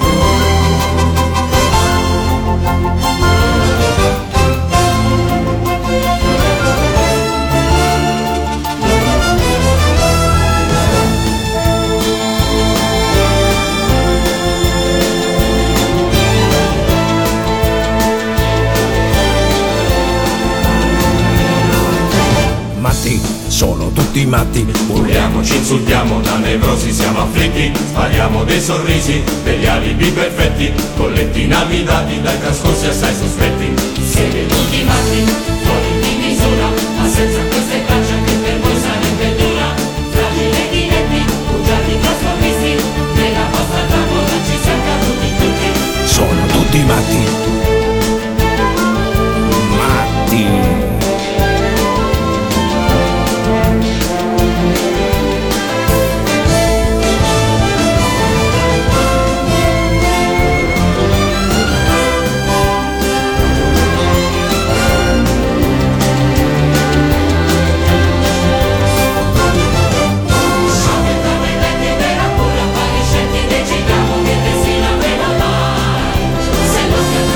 Matti, sono tutti matti. Urliamo, ci insultiamo, da nevrosi siamo afflitti. Spariamo dei sorrisi, degli alibi perfetti, colletti inabitati dai trascorsi assai sospetti. Siete tutti matti, fuori di misura, ma senza queste braccia che per voi sarebbe dura. Fragili diretti, bugiardi trasformisti, nella vostra trappola ci siamo caduti tutti. Sono tutti matti. Matti. Se lo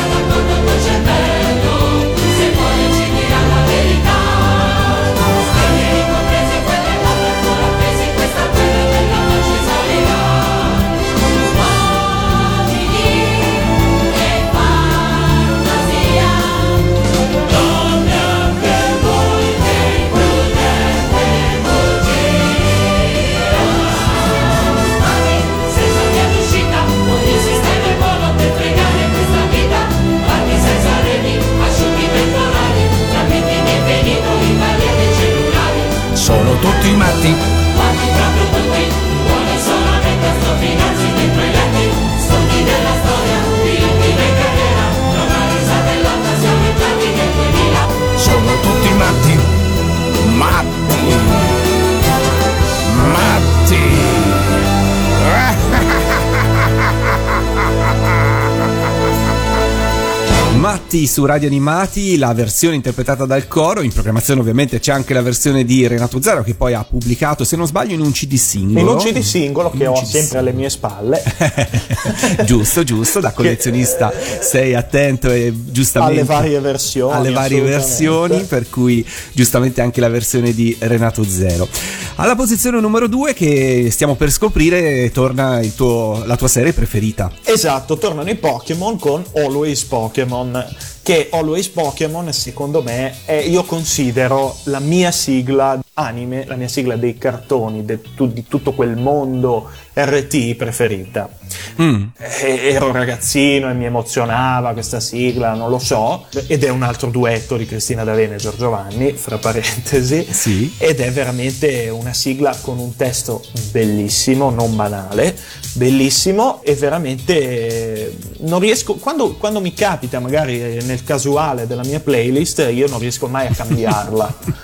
Animati su Radio Animati, la versione interpretata dal coro. In programmazione ovviamente c'è anche la versione di Renato Zero, che poi ha pubblicato, se non sbaglio, in un CD singolo. In un CD singolo che ho sempre alle mie spalle. Giusto, da collezionista sei attento e giustamente alle varie versioni, per cui giustamente anche la versione di Renato Zero. Alla posizione numero 2, che stiamo per scoprire, torna la tua serie preferita. Esatto, tornano i Pokémon con Always Pokémon, che Always Pokémon secondo me io considero la mia sigla anime, la mia sigla dei cartoni, di tutto quel mondo RT preferita. Ero ragazzino e mi emozionava questa sigla, non lo so, ed è un altro duetto di Cristina D'Avena e Giorgio Vanni, fra parentesi, sì. Ed è veramente una sigla con un testo bellissimo, non banale, bellissimo, e veramente non riesco, quando mi capita magari nel casuale della mia playlist, io non riesco mai a cambiarla.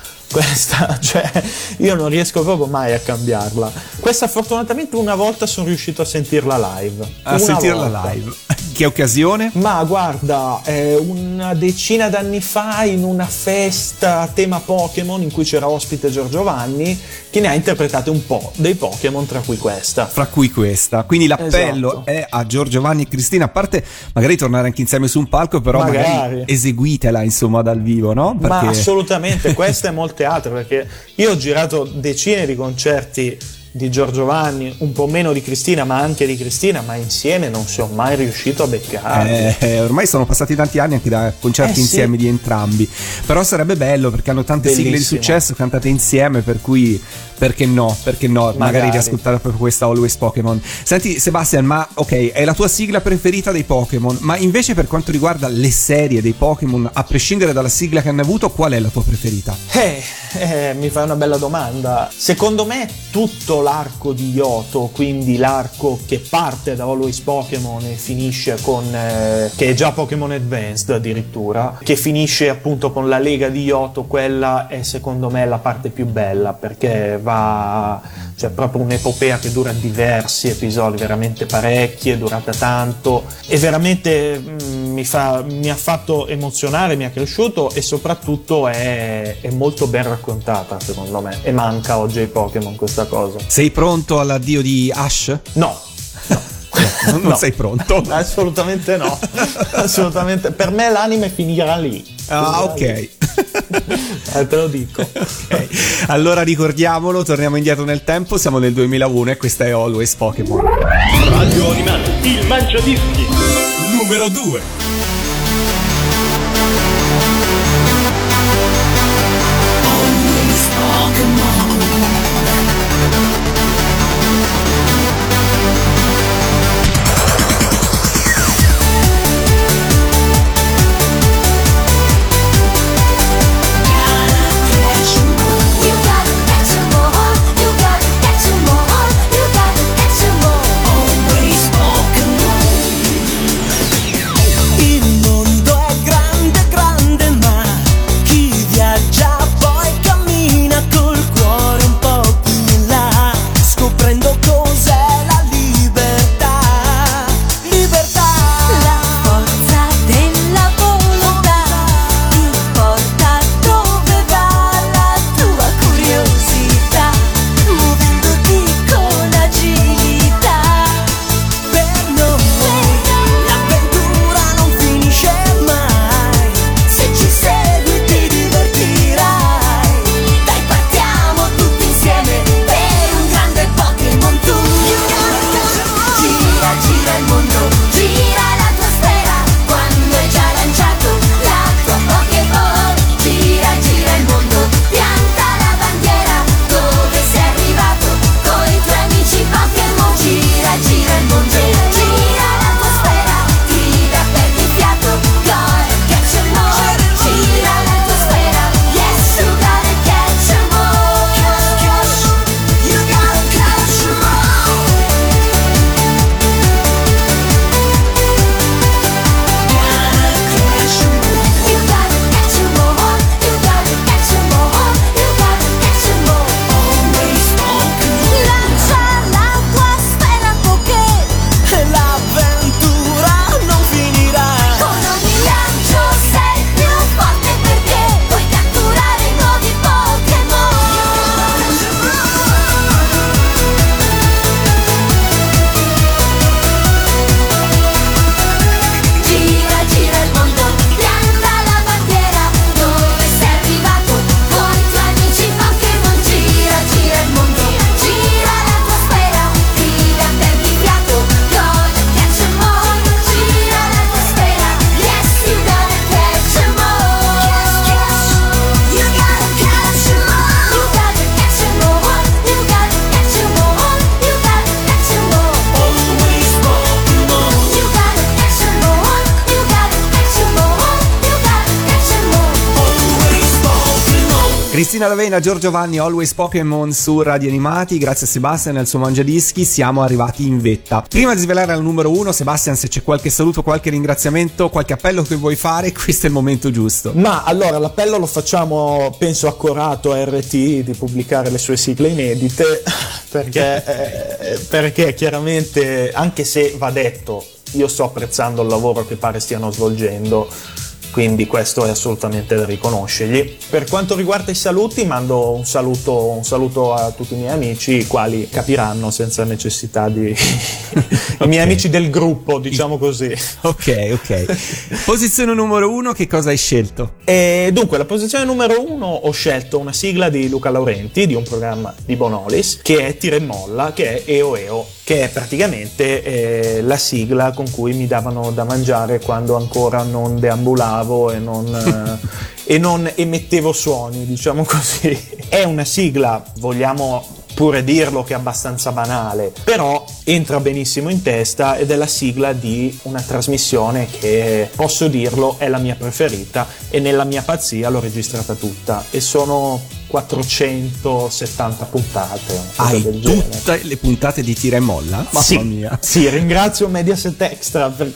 Io non riesco proprio mai a cambiarla. Questa fortunatamente una volta sono riuscito a sentirla live. Live. Che occasione? Ma guarda, una decina d'anni fa, in una festa a tema Pokémon in cui c'era ospite Giorgio Vanni, che ne ha interpretate un po' dei Pokémon, tra cui questa. Quindi l'appello è a Giorgio Vanni e Cristina, a parte magari tornare anche insieme su un palco, però magari eseguitela insomma dal vivo, no? Perché... Ma assolutamente, questa e molte altre, perché io ho girato decine di concerti di Giorgio Vanni, un po' meno di Cristina, ma anche di Cristina, ma insieme non sono mai riuscito a beccarli. Ormai sono passati tanti anni anche da concerti insieme di entrambi, però sarebbe bello perché hanno tante sigle di successo cantate insieme, per cui perché no, magari riascoltare proprio questa Always Pokémon. Senti Sebastian, ma ok, è la tua sigla preferita dei Pokémon, ma invece per quanto riguarda le serie dei Pokémon, a prescindere dalla sigla che hanno avuto, qual è la tua preferita? Mi fai una bella domanda. Secondo me tutto l'arco di Yoto, quindi l'arco che parte da Always Pokémon e finisce con che è già Pokémon Advanced addirittura, che finisce appunto con la Lega di Yoto, quella è secondo me la parte più bella, perché c'è proprio un'epopea che dura diversi episodi, veramente parecchi, è durata tanto e veramente mi ha fatto emozionare, mi ha cresciuto, e soprattutto è molto ben raccontata secondo me, e manca oggi ai Pokémon questa cosa. Sei pronto all'addio di Ash? No. Non sei pronto? Assolutamente no. Assolutamente. Per me l'anime finirà lì. Ok. Te lo dico. Okay. Allora ricordiamolo, torniamo indietro nel tempo, siamo nel 2001 e questa è Always Pokémon. Radio Animati, il Mangiadischi numero 2. In Cristina Lavena, Giorgio Vanni, Always Pokémon su Radio Animati. Grazie a Sebastian e al suo Mangiadischi siamo arrivati in vetta. Prima di svelare al numero 1, Sebastian, se c'è qualche saluto, qualche ringraziamento, qualche appello che vuoi fare, questo è il momento giusto. Ma allora l'appello lo facciamo, penso, accorato a RT di pubblicare le sue sigle inedite, perché chiaramente, anche se va detto, io sto apprezzando il lavoro che pare stiano svolgendo, quindi questo è assolutamente da riconoscergli. Per quanto riguarda i saluti, mando un saluto a tutti i miei amici, i quali capiranno senza necessità di i miei amici del gruppo, diciamo così. Ok. Posizione numero 1, che cosa hai scelto? Dunque, la posizione numero 1 ho scelto una sigla di Luca Laurenti, di un programma di Bonolis, che è Tira e Molla, che è Eo Eo, che è praticamente la sigla con cui mi davano da mangiare quando ancora non deambulavo e non emettevo suoni, diciamo così. È una sigla, vogliamo pure dirlo, che è abbastanza banale, però entra benissimo in testa ed è la sigla di una trasmissione che, posso dirlo, è la mia preferita e nella mia pazzia l'ho registrata tutta e sono 470 puntate. Hai del tutte genere. le puntate di Tira e Molla? Mamma mia. Sì, ringrazio Mediaset Extra per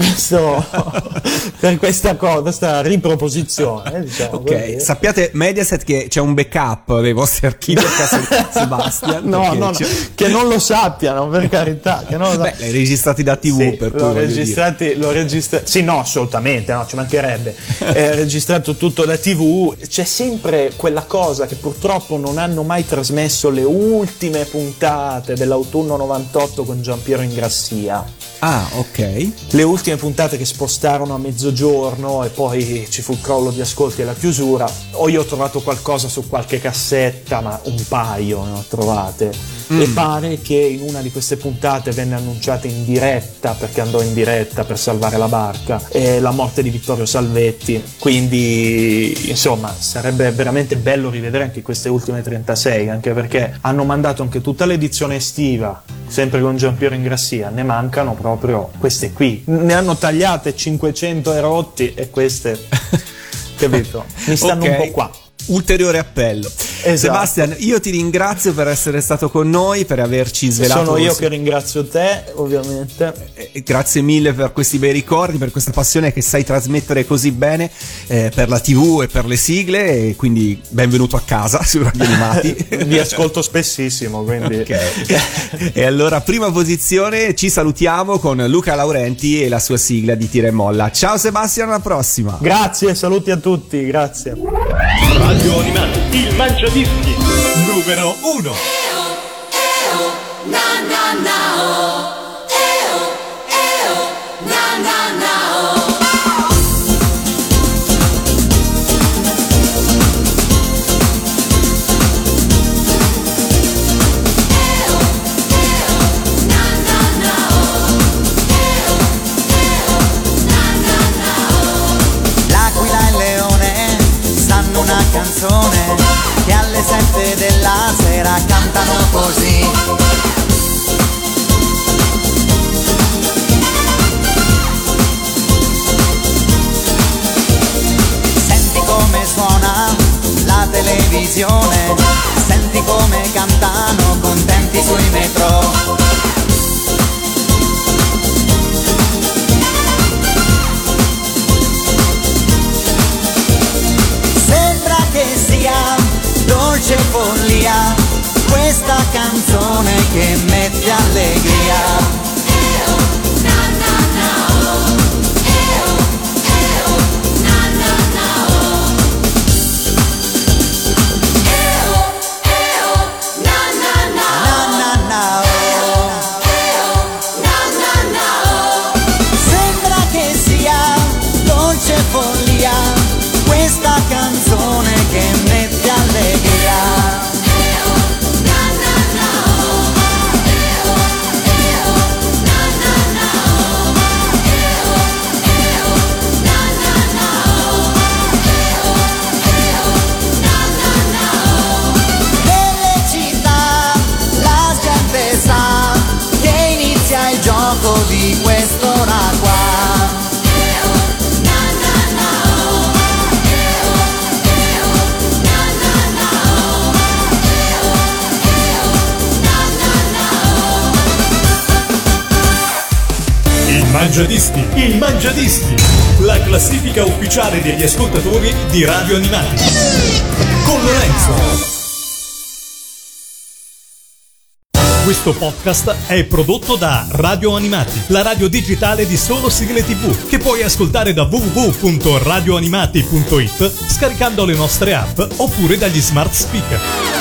questa riproposizione, diciamo. Ok, così. sappiate Mediaset che c'è un backup dei vostri archivi a casa di Sebastian. No, che non lo sappiano, per carità. Che non lo Beh, l'hai registrati da TV, sì, per cui l'ho registrato. Sì, no, assolutamente, no, ci mancherebbe. È registrato tutto da TV. C'è sempre quella cosa che purtroppo non hanno mai trasmesso, le ultime puntate dell'autunno 98 con Giampiero Ingrassia. Ah, ok. Le ultime puntate che spostarono a mezzogiorno e poi ci fu il crollo di ascolti e la chiusura. O io ho trovato qualcosa su qualche cassetta, ma un paio ne ho trovate. E pare che in una di queste puntate venne annunciata in diretta, perché andò in diretta per salvare la barca, la morte di Vittorio Salvetti. Quindi insomma sarebbe veramente bello rivedere anche queste ultime 36, anche perché hanno mandato anche tutta l'edizione estiva, sempre con Giampiero Ingrassia. Ne mancano proprio queste qui, ne hanno tagliate 500 e rotti, e queste capito, mi stanno un po' qua. Ulteriore appello. Esatto. Sebastian, io ti ringrazio per essere stato con noi, per averci svelato. Sono io che ringrazio te, ovviamente. Grazie mille per questi bei ricordi, per questa passione che sai trasmettere così bene per la TV e per le sigle, e quindi benvenuto a casa su Radio Animati. Vi ascolto spessissimo, quindi. Ok. E allora, prima posizione, ci salutiamo con Luca Laurenti e la sua sigla di Tira e Molla. Ciao Sebastian, alla prossima. Grazie, saluti a tutti, grazie. Radio Animati, il Mangiadischi numero 1. L'aquila e il leone stanno una canzone che alle 7 della sera cantano così. Senti come suona la televisione, senti come cantano contenti sui metro. Dolce follia, questa canzone che mette allegria. Il Mangiadischi, la classifica ufficiale degli ascoltatori di Radio Animati. Con Lorenzo. Questo podcast è prodotto da Radio Animati, la radio digitale di solo sigle TV, che puoi ascoltare da www.radioanimati.it scaricando le nostre app oppure dagli smart speaker.